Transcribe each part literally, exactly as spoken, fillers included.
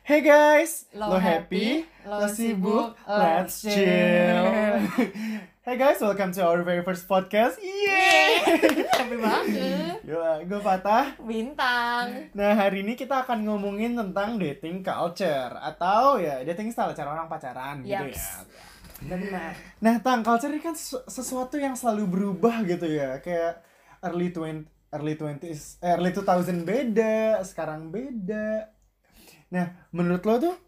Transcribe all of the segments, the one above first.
Hey guys, Lo lo happy, happy, lo lo sibuk, sibuk, let's let's chill. chill. Hey guys, welcome to our very first podcast. Yeay, Yeay. happy banget. Gila, gue Fatah. Bintang. Nah, hari ini kita akan ngomongin tentang dating culture atau ya dating style, cara orang pacaran gitu ya. Yaps. Benar. Nah, tang culture ini kan sesu- sesuatu yang selalu berubah gitu ya. Kayak early twenty early twenties, eh, early two thousand beda, sekarang beda. Nah, menurut lo tuh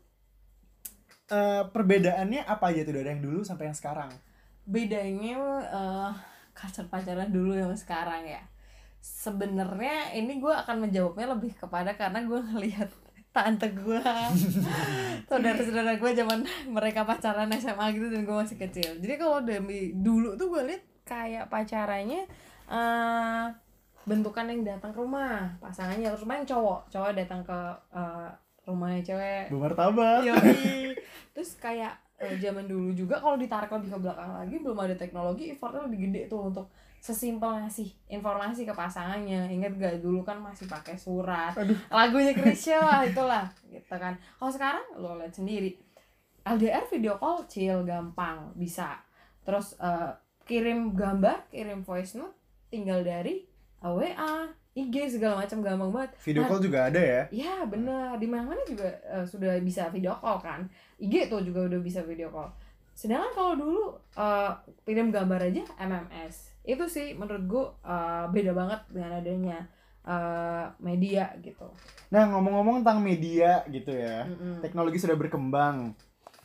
eh, perbedaannya apa aja tuh dari yang dulu sampai yang sekarang? Bedanya uh, culture pacaran dulu yang sekarang ya. Sebenarnya ini gue akan menjawabnya lebih kepada karena gue ngelihat tante gue, saudara-saudara gue zaman mereka pacaran S M A gitu dan gue masih kecil. Jadi kalau dari dulu tuh gue lihat kayak pacarannya uh, bentukan yang datang ke rumah pasangannya, rumah yang cowok, cowok datang ke uh, rumahnya cewek. Bu martabak. Yoi. Terus kayak eh, zaman dulu juga kalau ditarik lebih ke belakang lagi belum ada teknologi, effortnya lebih gede tuh untuk sesimpel ngasih informasi ke pasangannya. Ingat gak dulu kan masih pakai surat. Aduh. Lagunya Chrisye lah itulah gitu kan. Kalau sekarang lo lihat sendiri L D R video call chill gampang bisa. Terus eh, kirim gambar, kirim voice note tinggal dari W A, I G segala macam gampang banget. Video Nah, call juga ada ya? ya bener, di mana-mana juga uh, sudah bisa video call kan. I G tuh juga udah bisa video call. Sedangkan kalau dulu uh, kirim gambar aja M M S. Itu sih menurut gue uh, beda banget dengan adanya uh, media gitu. Nah, ngomong-ngomong tentang media gitu ya. Mm-mm. Teknologi sudah berkembang.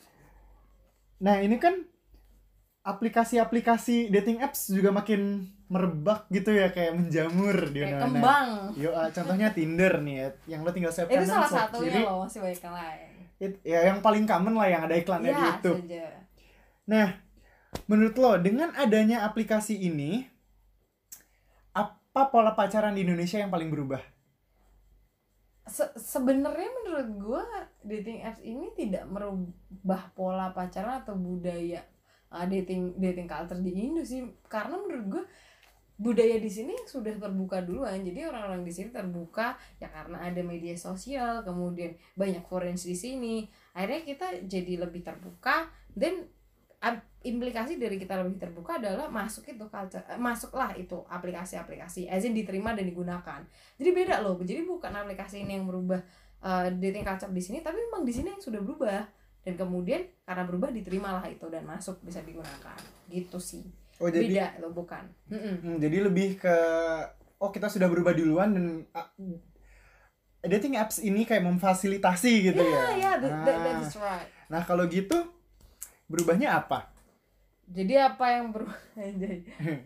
Nah, ini kan aplikasi-aplikasi dating apps juga makin merebak gitu ya, kayak menjamur di Kayak mana-mana. kembang. Yo, ah, contohnya Tinder nih ya, yang lo tinggal swipe Itu kanan, salah swipe satunya kiri. loh, masih banyak yang lain. It- ya yang paling common lah yang ada iklannya di Iya YouTube. saja. Nah, menurut lo dengan adanya aplikasi ini, apa pola pacaran di Indonesia yang paling berubah? Se- sebenarnya menurut gue dating apps ini tidak merubah pola pacaran atau budaya uh, dating dating culture di Indo sih, karena menurut gue budaya di sini sudah terbuka duluan. Jadi orang-orang di sini terbuka ya karena ada media sosial, kemudian banyak foreigners di sini, akhirnya kita jadi lebih terbuka. Dan ab- implikasi dari kita lebih terbuka adalah masuk itu culture, eh, masuklah itu aplikasi-aplikasi, as in diterima dan digunakan. Jadi beda loh. Jadi bukan aplikasi ini yang merubah uh, dating culture di sini, tapi memang di sini yang sudah berubah dan kemudian karena berubah diterimalah itu dan masuk bisa digunakan. Gitu sih. Oh, jadi Beda loh, bukan. Mm-mm. Hmm, jadi lebih ke oh kita sudah berubah duluan dan uh, dating apps ini kayak memfasilitasi gitu Ya, ya. ya, that, that, that's right. Nah, kalau gitu berubahnya apa? Jadi apa yang berubah? Jadi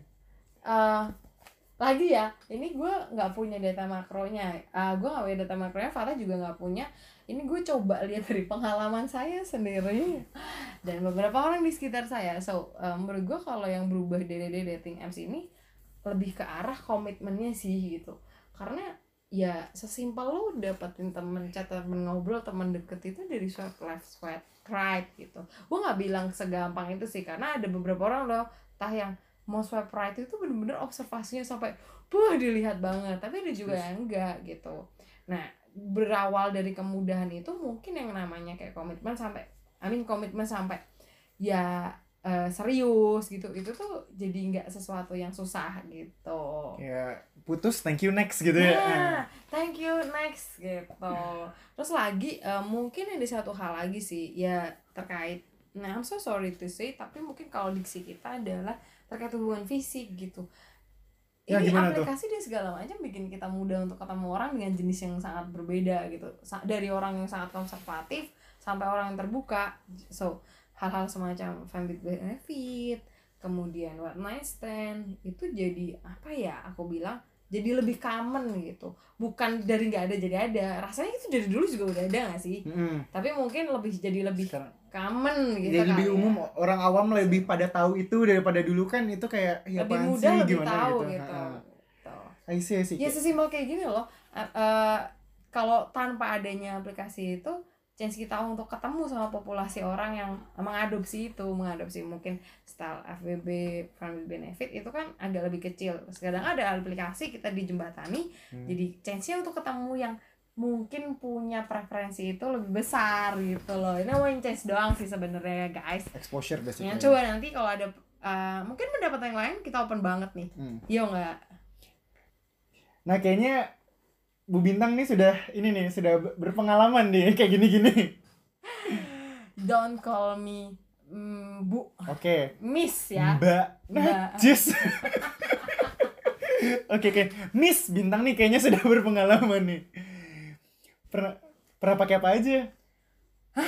uh, lagi ya, ini gue nggak punya data makronya. Uh, gue nggak punya data makronya, Farah juga nggak punya. Ini gue coba lihat dari pengalaman saya sendiri dan beberapa orang di sekitar saya. So, uh, menurut gue kalau yang berubah dari dating apps ini lebih ke arah komitmennya sih gitu. Karena ya sesimpel lo dapetin temen chat, temen ngobrol, temen deket itu dari swipe left, swipe right gitu. Gue nggak bilang segampang itu sih, karena ada beberapa orang loh tah yang mau swipe right itu bener-bener observasinya sampai buh dilihat banget, tapi ada juga yang enggak gitu. Nah, berawal dari kemudahan itu mungkin yang namanya kayak komitmen sampai I mean komitmen sampai ya uh, serius gitu, itu tuh jadi nggak sesuatu yang susah gitu. Ya putus thank you next gitu Nah, ya. thank you next gitu. Terus lagi uh, mungkin ada satu hal lagi sih ya terkait, nah I'm so sorry to say, tapi mungkin kalau diksi kita adalah terkait hubungan fisik gitu. Ya, Ini gimana aplikasi dan segala macam bikin kita mudah untuk ketemu orang dengan jenis yang sangat berbeda gitu. Sa- Dari orang yang sangat konservatif sampai orang yang terbuka. So, hal-hal semacam friend with benefit, kemudian one night stand, itu jadi apa ya? Aku bilang jadi lebih common gitu. Bukan dari nggak ada jadi ada. Rasanya itu dari dulu juga udah ada nggak sih? Mm-mm. Tapi mungkin lebih jadi lebih Sekarang common gitu jadi lebih kali ya. umum, orang awam lebih pada tahu itu daripada dulu kan itu kayak ya Lebih apaan mudah, sih, lebih gimana tahu gitu. gitu. Ha-ha. Gitu. I see, I see. Ya sesimpel kayak gini loh. Uh, uh, kalau tanpa adanya aplikasi itu, chance kita untuk ketemu sama populasi orang yang mengadopsi itu, mengadopsi mungkin style F W B, friend with benefit itu kan agak lebih kecil. Kadang ada aplikasi kita dijembatani, Hmm. jadi chance-nya untuk ketemu yang mungkin punya preferensi itu lebih besar gitu loh. Ini mau change doang sih sebenarnya guys. Exposure basically. Ya, coba nanti kalau ada uh, mungkin pendapat yang lain kita open banget nih. Hmm. Iya nggak? Nah kayaknya Bu Bintang nih sudah ini nih sudah berpengalaman nih kayak gini-gini. Don't call me mm, Bu. Oke. Okay. Miss ya. Mbak. Najis. Oke oke. Miss Bintang nih kayaknya sudah berpengalaman nih. Pernah pernah pakai apa aja? Hah?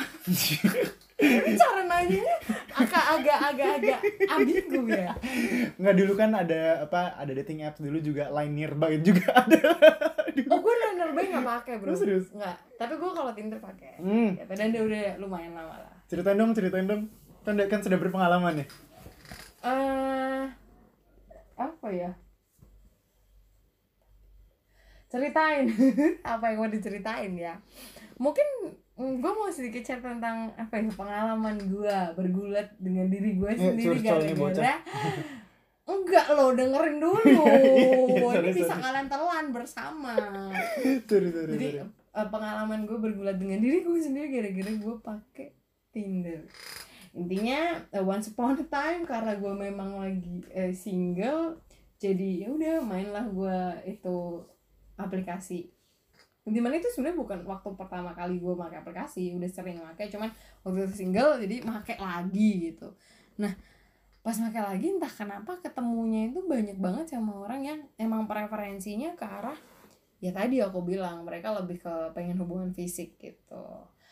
Cara nanyanya agak agak agak agak ambigu ya. Nggak, dulu kan ada apa? Ada dating apps dulu juga, Line Nearby juga ada. Oh, gue Line Nearby nggak pakai bro. Serius? Nggak. Tapi gue kalau Tinder pakai. Hmm. Ya, dan dia udah lumayan lama lah. Ceritain dong, ceritain dong. Kan kan sudah berpengalaman nih. Eh, uh, apa ya? Ceritain apa yang mau diceritain ya, mungkin gue mau sedikit share tentang apa ya pengalaman gue bergulat dengan diri gue sendiri gara-gara enggak lo dengerin dulu ini sorry, bisa sorry. Kalian telan bersama sorry, sorry, jadi sorry. Pengalaman gue bergulat dengan diri gue sendiri gara-gara gue pakai Tinder. Intinya once upon a time karena gue memang lagi eh, single, jadi ya udah mainlah gue itu aplikasi. Dimana itu sebenarnya bukan waktu pertama kali gue pakai aplikasi, udah sering pakai, cuman waktu itu single jadi pakai lagi gitu. Nah pas pakai lagi entah kenapa ketemunya itu banyak banget sama orang yang emang preferensinya ke arah ya tadi aku bilang mereka lebih ke pengen hubungan fisik gitu.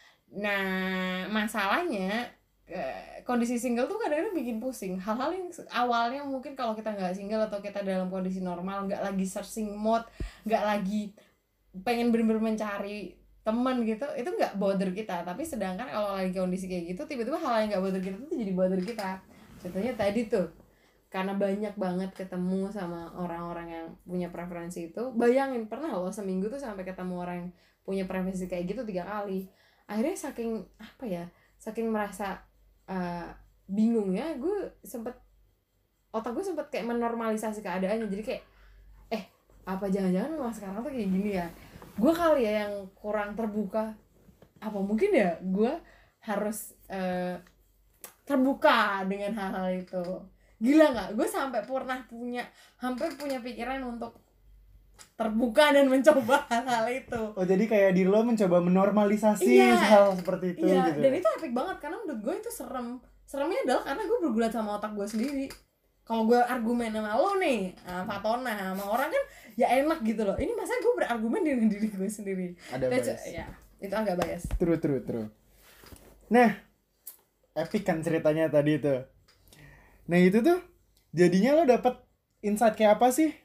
Nah masalahnya kondisi single tuh kadang-kadang bikin pusing. Hal-hal yang awalnya mungkin kalau kita nggak single atau kita dalam kondisi normal, nggak lagi searching mode, nggak lagi pengen bener-bener mencari teman gitu, itu nggak bother kita. Tapi sedangkan kalau lagi kondisi kayak gitu, tiba-tiba hal yang nggak bother kita tuh jadi bother kita. Contohnya tadi tuh, karena banyak banget ketemu sama orang-orang yang punya preferensi itu. Bayangin pernah loh seminggu tuh sampai ketemu orang yang punya preferensi kayak gitu tiga kali. Akhirnya saking apa ya, saking merasa Uh, bingung ya, gue sempet otak gue sempet kayak menormalisasi keadaannya. Jadi kayak eh apa jangan-jangan memang sekarang tuh kayak gini ya, gue kali ya yang kurang terbuka, apa mungkin ya gue harus uh, terbuka dengan hal-hal itu. Gila nggak, gue sampai pernah punya hampir punya pikiran untuk terbuka dan mencoba hal-hal itu. Oh jadi kayak diri lo mencoba menormalisasi iya, hal seperti itu iya, gitu. Dan itu epic banget karena menurut gue itu serem. Seremnya adalah karena gue bergulat sama otak gue sendiri. Kalau gue argumen sama lo nih, sama Fatona, sama orang kan ya enak gitu loh. Ini masa gue berargumen dengan diri gue sendiri. Ada bias. Ya, itu agak bias. True, true, true. Nah, epic kan ceritanya tadi itu. Nah itu tuh jadinya lo dapet insight kayak apa sih?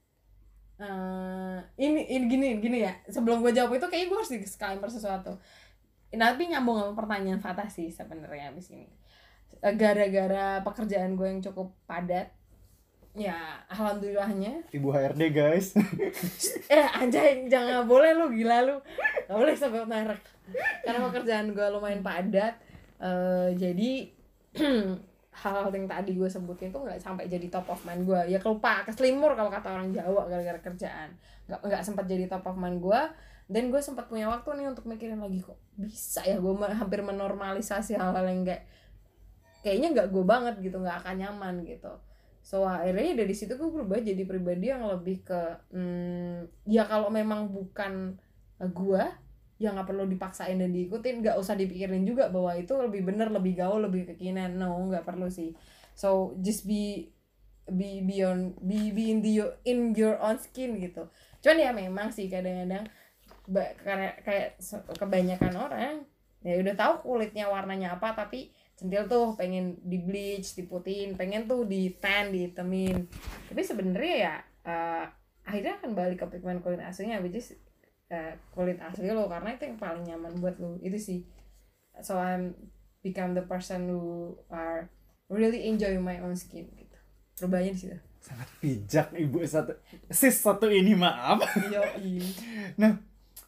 Uh, ini ini gini gini ya, sebelum gue jawab itu kayaknya gue harus disclaimer sesuatu. Tapi nyambung sama pertanyaan Fatah sih sebenarnya abis ini. Gara-gara pekerjaan gue yang cukup padat, ya alhamdulillahnya. Ibu H R D guys. Eh anjay, jangan boleh lu, gila lu, gak boleh sebut merek. Karena pekerjaan gue lumayan padat, uh, jadi hal-hal yang tadi gue sebutin tuh nggak sampai jadi top of mind gue. Ya kelupa, keselimur kalau kata orang Jawa gara-gara kerjaan. Nggak nggak sempat jadi top of mind gue. Dan gue sempat punya waktu nih untuk mikirin lagi, kok bisa ya gue hampir menormalisasi hal-hal yang kayak kayaknya nggak gue banget gitu, nggak akan nyaman gitu. So akhirnya dari situ gue berubah jadi pribadi yang lebih ke hmm, ya kalau memang bukan gue, ya nggak perlu dipaksain dan diikutin, nggak usah dipikirin juga bahwa itu lebih bener, lebih gaul, lebih kekinian. No, nggak perlu sih. So just be be beyond be be in the in your own skin gitu. Cuman ya memang sih kadang-kadang ba- karena kayak kebanyakan orang ya udah tahu kulitnya warnanya apa, tapi centil tuh pengen di bleach, diputin, pengen tuh di tan, dihitemin. Tapi sebenarnya ya uh, akhirnya akan balik ke pigmen kulit aslinya, which is Uh, kulit asli lo, karena itu yang paling nyaman buat lo. Itu sih. So I'm become the person who are really enjoy my own skin gitu. Perubahannya di situ. Sangat bijak ibu satu sis satu ini, maaf. Yoi. Nah,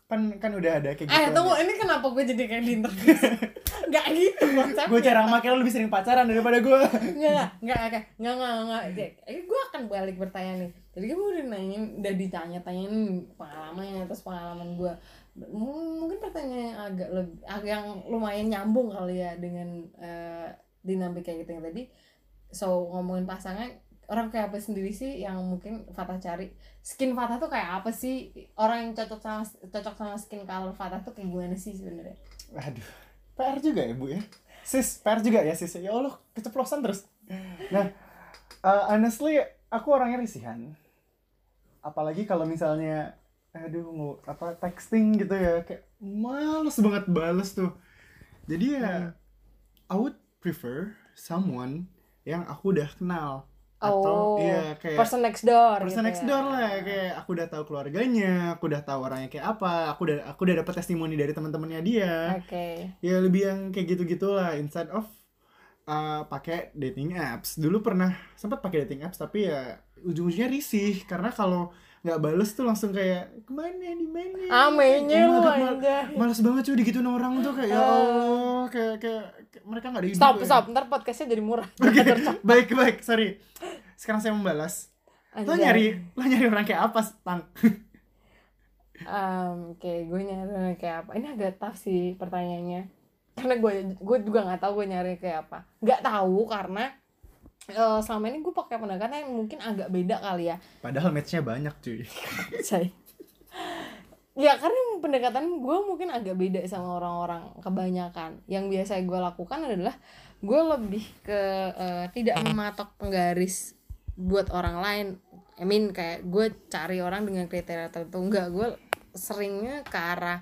kan kan udah ada kayak gitu. Eh tunggu, ini kenapa gue jadi kayak di interview? Gak gitu konsepnya. Gue cara makin lo lebih sering pacaran daripada gue. Enggak, enggak, enggak, enggak, enggak, enggak, enggak. Eh, gue akan balik bertanya nih. Tadi kan gue udah nanyain, udah ditanya-tanyain pengalamannya, terus pengalaman gue. M- mungkin pertanyaan yang agak lebih, agak yang lumayan nyambung kali ya dengan uh, dinamika gitu yang tadi. So ngomongin pasangan, orang kayak apa sendiri sih yang mungkin Fatah cari? Skin Fatah tuh kayak apa sih? Orang yang cocok sama cocok sama skin color Fatah tuh kayak gimana sih sebenarnya? Aduh, P R juga ya Bu ya. Sis, P R juga ya sis. Ya Allah, keceplosan terus. Nah, uh, honestly aku orangnya risihan. Apalagi kalau misalnya aduh mau apa texting gitu ya, kayak males banget bales tuh. Jadi ya hmm. I would prefer someone yang aku udah kenal. Atau oh, iya kayak person next door person gitu next ya. door lah, kayak aku udah tahu keluarganya, aku udah tahu orangnya kayak apa, aku udah aku udah dapat testimoni dari teman-temannya dia. Oke. Okay. Ya lebih yang kayak gitu-gitulah instead of uh, pakai dating apps. Dulu pernah sempat pakai dating apps tapi ya ujung-ujungnya risih karena kalau nggak bales tuh langsung kayak kemana di mana. Amenye oh lu mal- aja. Males banget cuy digituin orang tuh kayak ya Allah, kayak kayak, kayak mereka nggak ada hidup. Stop, ya. stop, ntar podcastnya jadi murah. Okay. baik, baik, sorry. Sekarang saya membalas. Anjay. Lo nyari, lo nyari orang kayak apa, Tang? um, Oke, okay, gue nyari orang kayak apa? Ini agak tough sih pertanyaannya. Karena gue gue juga nggak tahu gue nyari kayak apa. Nggak tahu karena uh, selama ini gue pakai pendekatan yang mungkin agak beda kali ya. Padahal matchnya banyak cuy. Say. Ya karena pendekatan gue mungkin agak beda sama orang-orang kebanyakan. Yang biasa gue lakukan adalah gue lebih ke uh, tidak mematok penggaris buat orang lain. I mean kayak gue cari orang dengan kriteria tertentu. Enggak, gue seringnya ke arah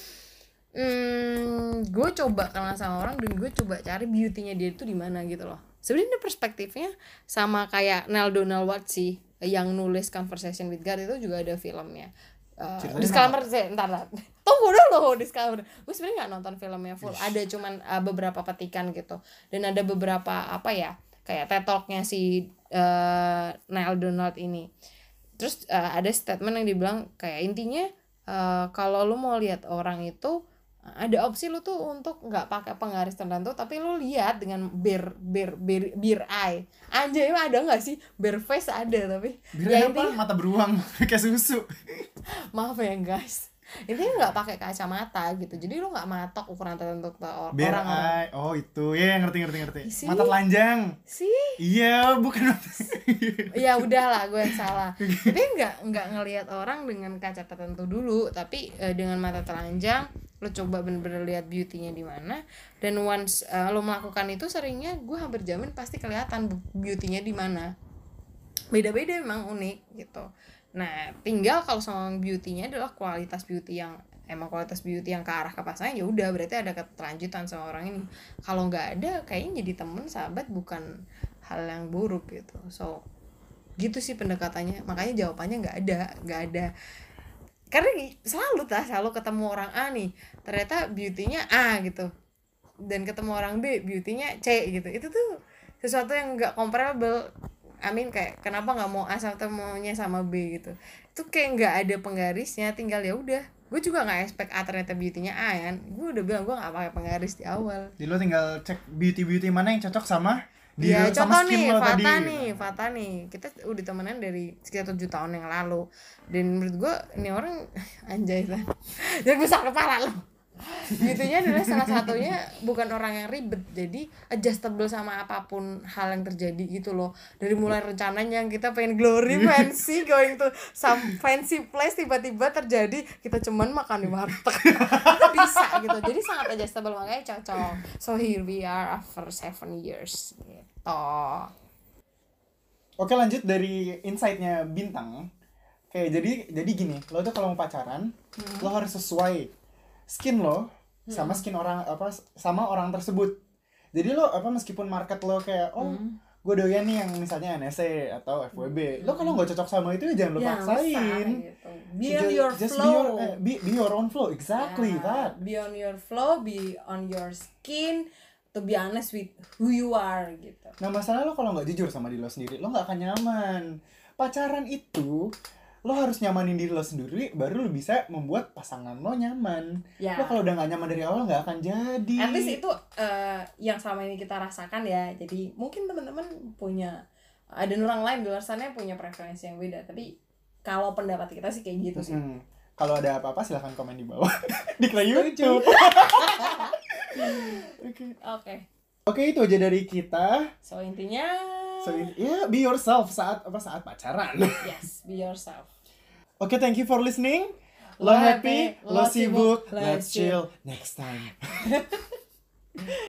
hmm, gue coba kenal sama orang dan gue coba cari beauty-nya dia itu di mana gitu loh. Sebenarnya perspektifnya sama kayak Neil Donald Walsch sih, yang nulis Conversation with God, itu juga ada filmnya. Uh, disclaimer sih, entar lah. Tunggu dulu disclaimer. Gue sebenarnya nggak nonton filmnya full. Ada cuman uh, beberapa petikan gitu. Dan ada beberapa apa ya, kayak TED Talk-nya si uh, Neil Donald ini. Terus uh, ada statement yang dibilang kayak intinya uh, kalau lu mau lihat orang itu ada opsi lu tuh untuk nggak pakai penggaris tertentu, tapi lu lihat dengan bare bare bare, bare eye. Anjay, ada nggak sih bare face? Ada tapi bare ya apa? Mata beruang kayak susu. Maaf ya guys, intinya nggak pakai kacamata gitu, jadi lu nggak matok ukuran tertentu ke or- bare orang eye. Oh itu ya, ngerti ngerti ngerti. Si? Mata telanjang sih. Iya bukan. Ya udahlah, gue yang salah. Jadi nggak nggak ngelihat orang dengan kaca tertentu dulu, tapi uh, dengan mata telanjang lo coba bener-bener lihat beauty-nya di mana. Dan once uh, lo melakukan itu, seringnya gue hampir jamin pasti kelihatan beauty-nya di mana. Beda-beda memang unik gitu. Nah tinggal kalau sama beauty-nya adalah kualitas beauty yang emang kualitas beauty yang ke arah ke pasangan, ya udah berarti ada keterlanjutan sama orang ini. Kalau nggak ada, kayaknya jadi temen sahabat bukan hal yang buruk gitu. So gitu sih pendekatannya. Makanya jawabannya nggak ada, nggak ada. Karena selalu lah, selalu ketemu orang A nih, ternyata beauty-nya A gitu, dan ketemu orang B, beauty-nya C gitu. Itu tuh sesuatu yang nggak comparable. I mean kayak kenapa nggak mau A sama temunya sama B gitu. Itu kayak nggak ada penggarisnya, tinggal ya udah. Gue juga nggak expect A ternyata beauty-nya A kan. Gue udah bilang gue nggak pakai penggaris di awal. Jadi lo tinggal cek beauty-beauty mana yang cocok sama di ya, contoh nih, Fata nih, Fata nih, kita udah temenan dari sekitar tujuh tahun yang lalu. Dan menurut gue, ini orang, anjay kan, jadi besar kepala loh. Gitunya adalah salah satunya bukan orang yang ribet, jadi adjustable sama apapun hal yang terjadi gitu loh. Dari mulai rencananya yang kita pengen glory fancy, going to some fancy place, tiba-tiba terjadi kita cuman makan di warteg. Itu bisa gitu, jadi sangat adjustable, makanya cocok. So here we are after seven years gitu. Oke, lanjut dari insight-nya Bintang. Kayak jadi jadi gini, lo tuh kalau mau pacaran, hmm. lo harus sesuai skin lo sama skin orang apa sama orang tersebut. Jadi lo apa meskipun market lo kayak oh hmm. gue doyan nih yang misalnya N S C atau F W B, hmm. lo kalau nggak cocok sama itu ya jangan lo ya, paksain. Gitu. Be on your just flow. Be your, eh, be, be your own flow, exactly yeah. that. Be on your flow, be on your skin. To be honest with who you are gitu. Nah masalah lo kalau nggak jujur sama diri lo sendiri, lo nggak akan nyaman. Pacaran itu lo harus nyamanin diri lo sendiri, baru lo bisa membuat pasangan lo nyaman. Ya. Lo kalau udah gak nyaman dari awal gak akan jadi. At least itu uh, yang selama ini kita rasakan ya. Jadi mungkin teman-teman punya, ada orang lain di luar sana yang punya preferensi yang beda. Tapi kalau pendapat kita sih kayak gitu sih. Hmm. Kalau ada apa-apa silahkan komen di bawah. Di YouTube. Oke. Oke. Oke, itu aja dari kita. So intinya, So ya yeah, be yourself saat apa saat pacaran. yes, be yourself. Oke, okay, thank you for listening. Lo Lo happy, happy, lo lo sibuk, sibuk, let's let's chill next time.